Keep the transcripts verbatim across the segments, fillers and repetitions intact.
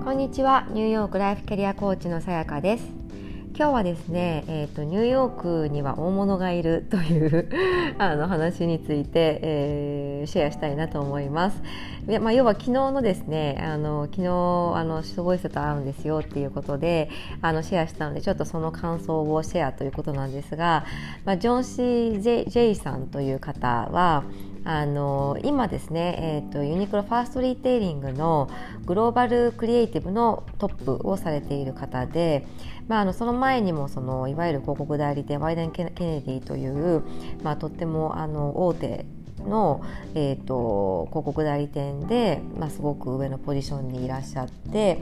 こんにちは。ニューヨークライフキャリアコーチのさやかです。今日はですね、えーと、ニューヨークには大物がいるというあの話について、えー、シェアしたいなと思います。いや、まあ、要は昨日のですね、あの昨日あのすごい人と会うんですよっていうことであのシェアしたので、ちょっとその感想をシェアということなんですが、まあ、ジョン・シー・ジェイ・ジェイさんという方はあの今ですね、えーと、ユニクロファーストリテイリングのグローバルクリエイティブのトップをされている方で、まあ、あのその前にもそのいわゆる広告代理店ワイデン・ケネディという、まあ、とってもあの大手の、えーと、広告代理店で、まあ、すごく上のポジションにいらっしゃって、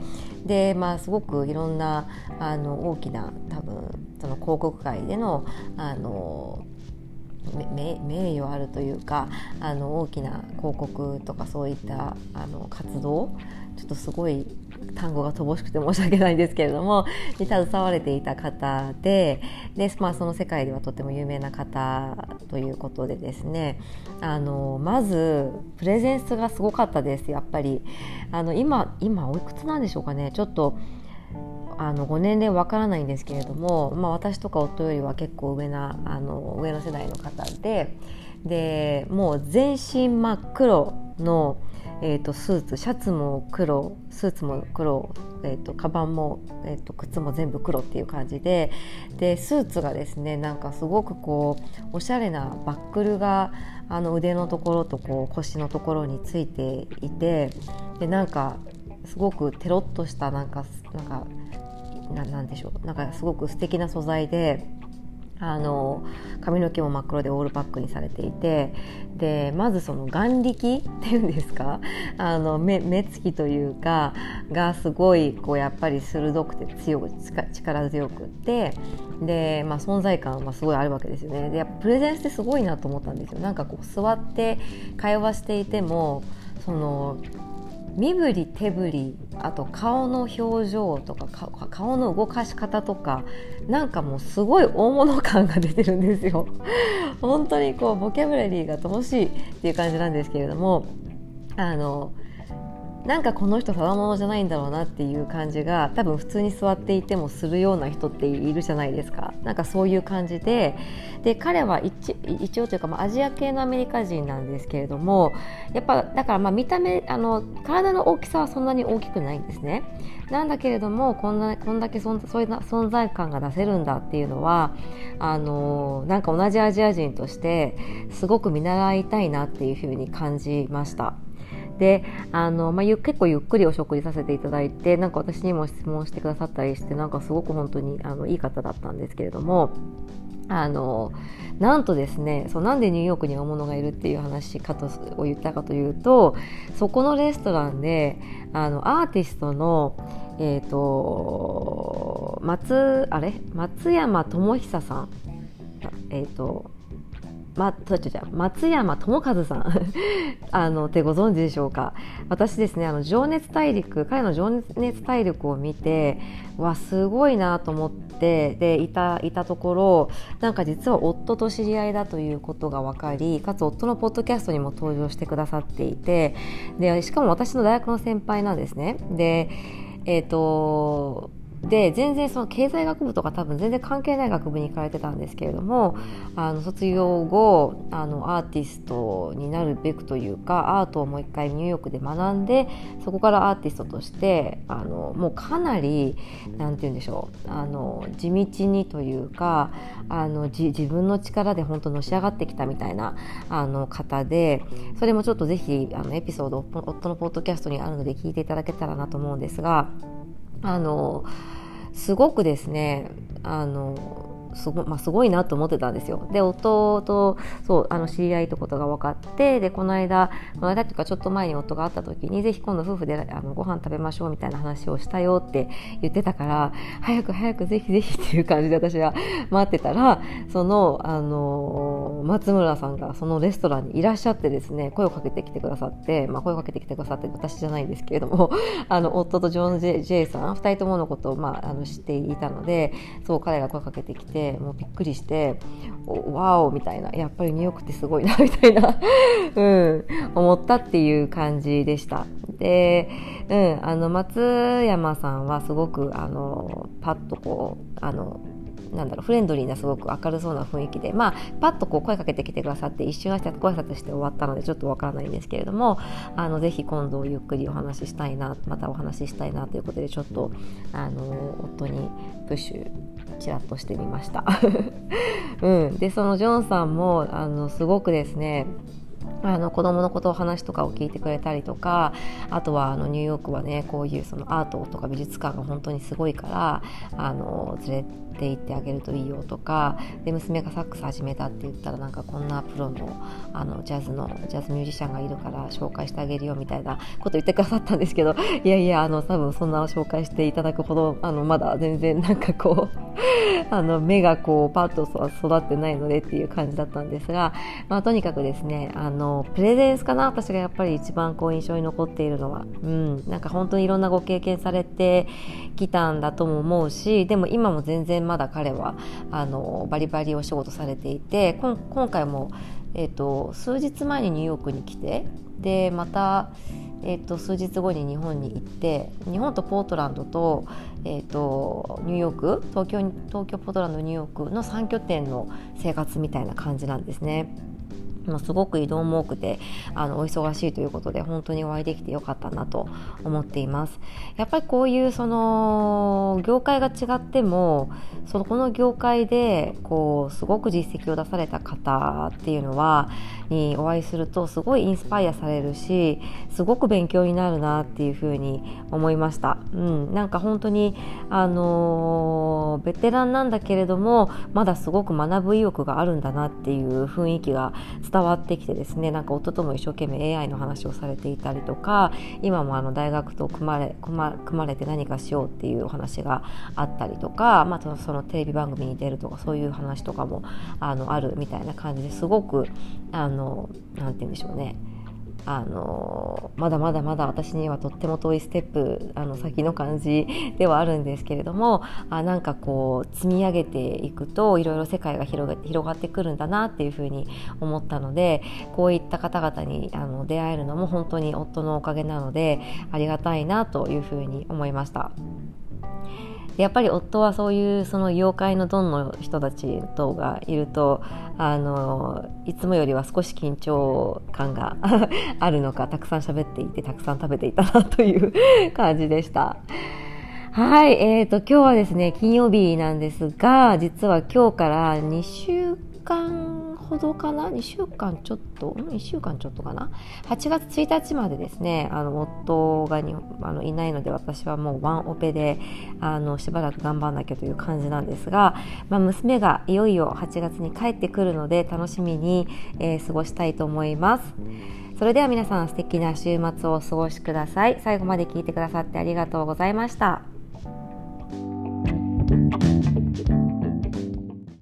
で、まあ、すごくいろんなあの大きな多分その広告界でのあの名, 名誉あるというか、あの大きな広告とかそういったあの活動、ちょっとすごい単語が乏しくて申し訳ないんですけれどもに携われていた方で、で、まあ、その世界ではとても有名な方ということでですね、あのまずプレゼンスがすごかったです。やっぱりあの 今, 今おいくつなんでしょうかね。ちょっとあのご年齢わからないんですけれども、まあ、私とか夫よりは結構上なあの上の世代の方で、でもう全身真っ黒の、えーと、スーツ、シャツも黒、スーツも黒、えーと、カバンも、えーと、靴も全部黒っていう感じで、でスーツがですね、なんかすごくこうおしゃれなバックルがあの腕のところとこう腰のところについていて、でなんかすごくテロッとしたなんかなんかな, なんでしょうなんかすごく素敵な素材で、あの髪の毛も真っ黒でオールパックにされていて、でまずその眼力っていうんですか、あの 目, 目つきというかがすごいこうやっぱり鋭くて強く力強くって、で、まあ、存在感はすごいあるわけですよね。でやっぱプレゼンスってすごいなと思ったんですよ。なんかこう座って会話していても、その身振り手振り、あと顔の表情とか顔の動かし方とか、なんかもうすごい大物感が出てるんですよ。本当にこうボキャブラリーが乏しいっていう感じなんですけれども、あのなんかこの人ただ者じゃないんだろうなっていう感じが多分普通に座っていてもするような人っているじゃないですか。なんかそういう感じで、で彼は 一, 一応というか、まあ、アジア系のアメリカ人なんですけれども、やっぱだからまあ見た目あの体の大きさはそんなに大きくないんですね。なんだけれどもこんなこんだけそんそういう存在感が出せるんだっていうのは、あのなんか同じアジア人としてすごく見習いたいなっていうふうに感じました。であの、まあ、ゆ結構ゆっくりお食事させていただいて、なんか私にも質問してくださったりして、なんかすごく本当にあのいい方だったんですけれども、あのなんとですね、そうなんでニューヨークに大物がいるっていう話かとを言ったかというと、そこのレストランであのアーティストのえーと松あれ松山智久さん、えーとま、松山智和さんあのってご存知でしょうか。私ですね、あの情熱大陸彼の情熱大陸を見て、わすごいなと思ってでいたいたところ、なんか実は夫と知り合いだということが分かり、かつ夫のポッドキャストにも登場してくださっていて、でしかも私の大学の先輩なんですね。でえっ、ー、とで全然その経済学部とか多分全然関係ない学部に行かれてたんですけれども、あの卒業後あのアーティストになるべくというか、アートをもう一回ニューヨークで学んで、そこからアーティストとしてあのもうかなりなんて言うんでしょう、あの地道にというか、あのじ自分の力で本当のし上がってきたみたいなあの方で、それもちょっとぜひあのエピソード夫のポッドキャストにあるので聞いていただけたらなと思うんですが、あのすごくですね、あのすご、まあ、すごいなと思ってたんですよ。で夫とそうあの知り合いということが分かって、でこの間この間というかちょっと前に夫が会った時に、ぜひ今度夫婦であのご飯食べましょうみたいな話をしたよって言ってたから、早く早くぜひぜひっていう感じで私は待ってたら、そのあの松村さんがそのレストランにいらっしゃってですね、声をかけてきてくださって、まあ、声をかけてきてくださって私じゃないんですけれどもあの夫とジョン・ジェイ・ジェイさんふたりとものことを、まあ、あの知っていたので、そう彼が声をかけてきて、もうびっくりして、ワオみたいな、やっぱりニューヨークってすごいなみたいな、うん、思ったっていう感じでした。 で、うん、あの松山さんはすごくあのパッとこうあのなんだろうフレンドリーなすごく明るそうな雰囲気で、まあ、パッとこう声かけてきてくださって一瞬ご挨拶して終わったのでちょっとわからないんですけれども、あのぜひ今度ゆっくりお話ししたいな、またお話ししたいなということでちょっとあの夫にプッシュちらっとしてみました、うん、でそのジョンさんもあのすごくですねあの子供のことを話とかを聞いてくれたりとか、あとはあのニューヨークはねこういうそのアートとか美術館が本当にすごいからあの連れて行ってあげるといいよとかで、娘がサックス始めたって言ったらなんかこんなプロのあのジャズのジャズミュージシャンがいるから紹介してあげるよみたいなこと言ってくださったんですけど、いやいやあの多分そんな紹介していただくほどあのまだ全然なんかこうあの目がこうパッと育ってないのでっていう感じだったんですが、まあ、とにかくですねあのプレゼンスかな、私がやっぱり一番こう印象に残っているのは、うん、なんか本当にいろんなご経験されてきたんだとも思うし、でも今も全然まだ彼はあのバリバリお仕事されていて、こん今回も、えーと、数日前にニューヨークに来て、でまたえー、と数日後に日本に行って、日本とポートランドと、えー、とニューヨーク東京、東京ポートランドニューヨークのさん拠点の生活みたいな感じなんですね。すごく移動も多くてあのお忙しいということで本当にお会いできてよかったなと思っています。やっぱりこういうその業界が違ってもそのこの業界でこうすごく実績を出された方っていうのはにお会いするとすごいインスパイアされるし、すごく勉強になるなっていうふうに思いました、うん、なんか本当にあのベテランなんだけれどもまだすごく学ぶ意欲があるんだなっていう雰囲気が伝わってきてですね、なんか夫とも一生懸命 エーアイ の話をされていたりとか、今もあの大学と組まれ、組ま、組まれて何かしようっていうお話があったりとか、まあ、そのテレビ番組に出るとかそういう話とかもあのあるみたいな感じですごくあのなんて言うんでしょうね、あのまだまだまだ私にはとっても遠いステップあの先の感じではあるんですけれども、あなんかこう積み上げていくといろいろ世界が広が、広がってくるんだなっていうふうに思ったので、こういった方々にあの出会えるのも本当に夫のおかげなのでありがたいなというふうに思いました。やっぱり夫はそういうその妖怪のドンの人たち等がいるとあのいつもよりは少し緊張感があるのか、たくさん喋っていてたくさん食べていたなという感じでした。はい、えーと今日はですね金曜日なんですが、実は今日からにしゅうかんほどかな、にしゅうかんちょっといっしゅうかんちょっとかな、はちがつついたちまでですねあの夫がにあのいないので私はもうワンオペであのしばらく頑張んなきゃという感じなんですが、まあ、娘がいよいよはちがつに帰ってくるので楽しみに、えー、過ごしたいと思います。それでは皆さん素敵な週末をお過ごしください。最後まで聞いてくださってありがとうございました。